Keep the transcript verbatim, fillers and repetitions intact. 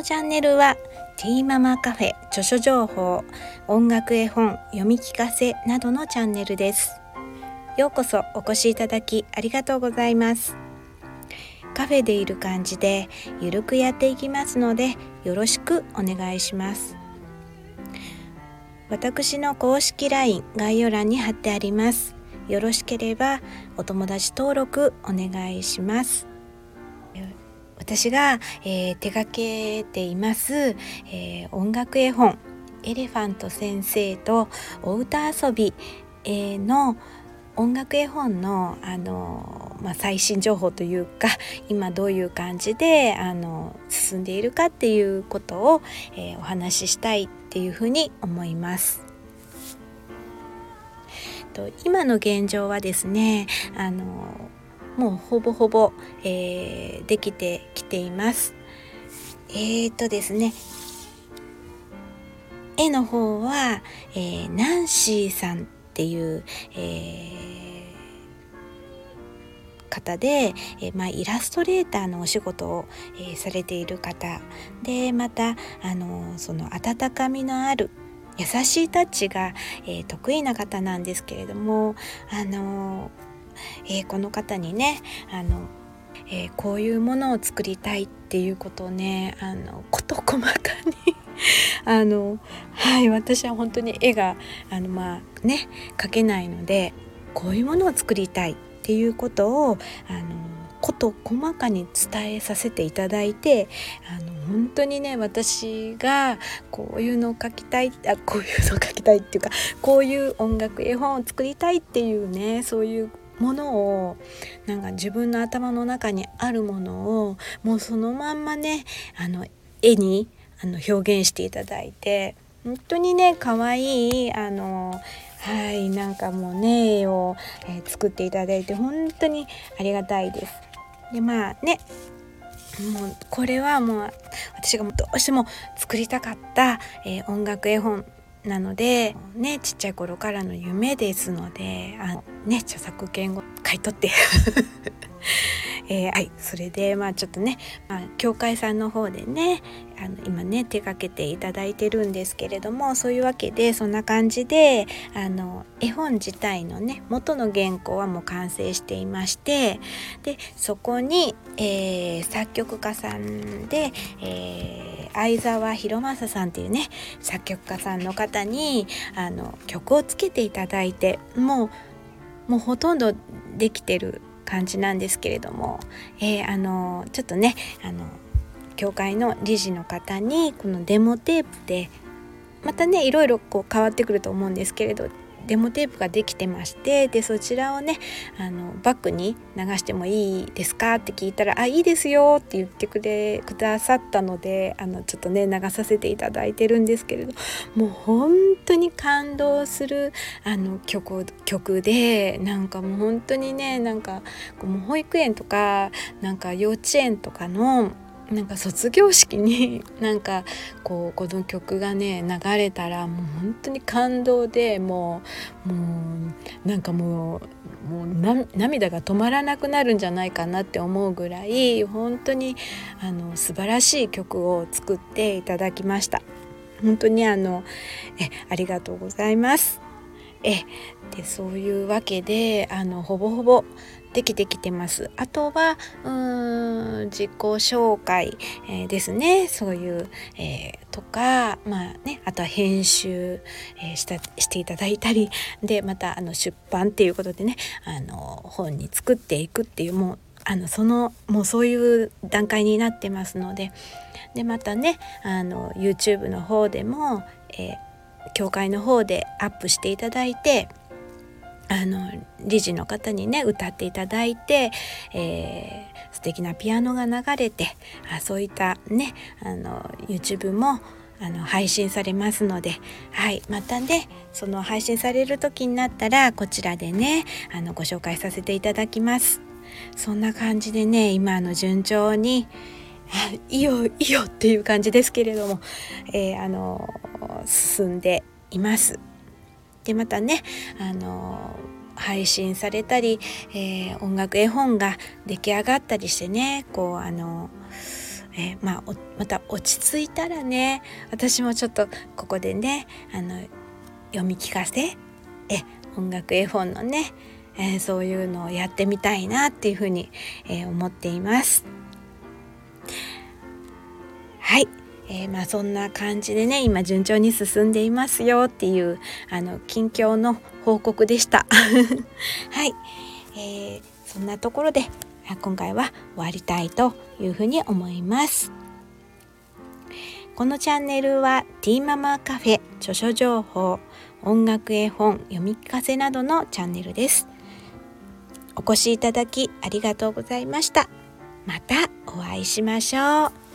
チャンネルはティーママカフェ、著書情報、音楽絵本、読み聞かせなどのチャンネルです。ようこそお越しいただきありがとうございます。カフェでいる感じでゆるくやっていきますので、よろしくお願いします。私の公式 ライン 概要欄に貼ってあります。よろしければお友達登録お願いします。私が、えー、手掛けています、えー、音楽絵本エレファント先生とお歌遊び、えー、の音楽絵本の、あのまあ、最新情報というか、今どういう感じであの進んでいるかっていうことを、えー、お話ししたいっていうふうに思います。と今の現状はですね、あのもうほぼほぼ、えー、できてきています。えーとですね絵の方は、えー、ナンシーさんっていう、えー、方で、えーまあ、イラストレーターのお仕事を、えー、されている方で、またあのその温かみのある優しいタッチが、えー、得意な方なんですけれども、あのえー、この方にねあの、えー、こういうものを作りたいっていうことをねあの事細かにあのはい私は本当に絵があのまあね描けないので、こういうものを作りたいっていうことをあの事細かに伝えさせていただいて、あの本当にね私がこういうのを描きたいあこういうのを描きたいっていうかこういう音楽絵本を作りたいっていうね、そういうものをなんか自分の頭の中にあるものをもうそのまんまねあの絵にあの表現していただいて、本当にね可愛いあのはいなんかもうね絵を、えー、作っていただいて本当にありがたいです。でまあねもうこれはもう私がどうしても作りたかった、えー、音楽絵本なのでね、ちっちゃい頃からの夢ですので、あのね著作権を買い取ってえー、はいそれでまあちょっとね、まあ、協会さんの方でねあの今ね手掛けていただいてるんですけれども、そういうわけでそんな感じであの絵本自体のね元の原稿はもう完成していまして、でそこに、えー、作曲家さんで、えー、相沢博正さんっていうね作曲家さんの方にあの曲をつけていただいて、もうもうほとんどできてる感じなんですけれども、えー、あのちょっとねあの協会の理事の方にこのデモテープでまたねいろいろこう変わってくると思うんですけれど、デモテープができてまして、でそちらをねあのバックに流してもいいですかって聞いたら、あいいですよって言ってくれくださったので、あのちょっとね流させていただいてるんですけれど、もう本当に感動するあの 曲, 曲で、なんかもう本当にねなんかもう保育園とかなんか幼稚園とかのなんか卒業式になんかこうこの曲がね流れたらもう本当に感動で、もうもうなんかもうもうな涙が止まらなくなるんじゃないかなって思うぐらい本当にあの素晴らしい曲を作っていただきました。本当にあのえありがとうございます。えでそういうわけであのほぼほぼできてきてます。あとはうーん自己紹介、えー、ですね、そういう、えー、とかまあね、あとは編集、えー、したしていただいたりで、またあの出版っていうことでねあの本に作っていくっていう、もうあのそのもうそういう段階になってますので、でまたねあの YouTube の方でも、えー協会の方でアップしていただいて、あの理事の方にね歌っていただいて、えー、素敵なピアノが流れて、あそういったねあの YouTube もあの配信されますので、はい、またねその配信される時になったらこちらでねあのご紹介させていただきます。そんな感じでね今の順調にいいよいいよっていう感じですけれども、えー、あの進んでいます。でまたねあの配信されたり、えー、音楽絵本が出来上がったりしてね、こうあの、 えー、まあ、また落ち着いたらね、私もちょっとここでねあの読み聞かせえ音楽絵本のね、えー、そういうのをやってみたいなっていうふうに、えー、思っています。はい、えー、まあそんな感じでね、今順調に進んでいますよっていうあの近況の報告でしたはい、えー、そんなところで今回は終わりたいというふうに思います。このチャンネルはティーママカフェ、著書情報、音楽絵本、読み聞かせなどのチャンネルです。お越しいただきありがとうございました。またお会いしましょう。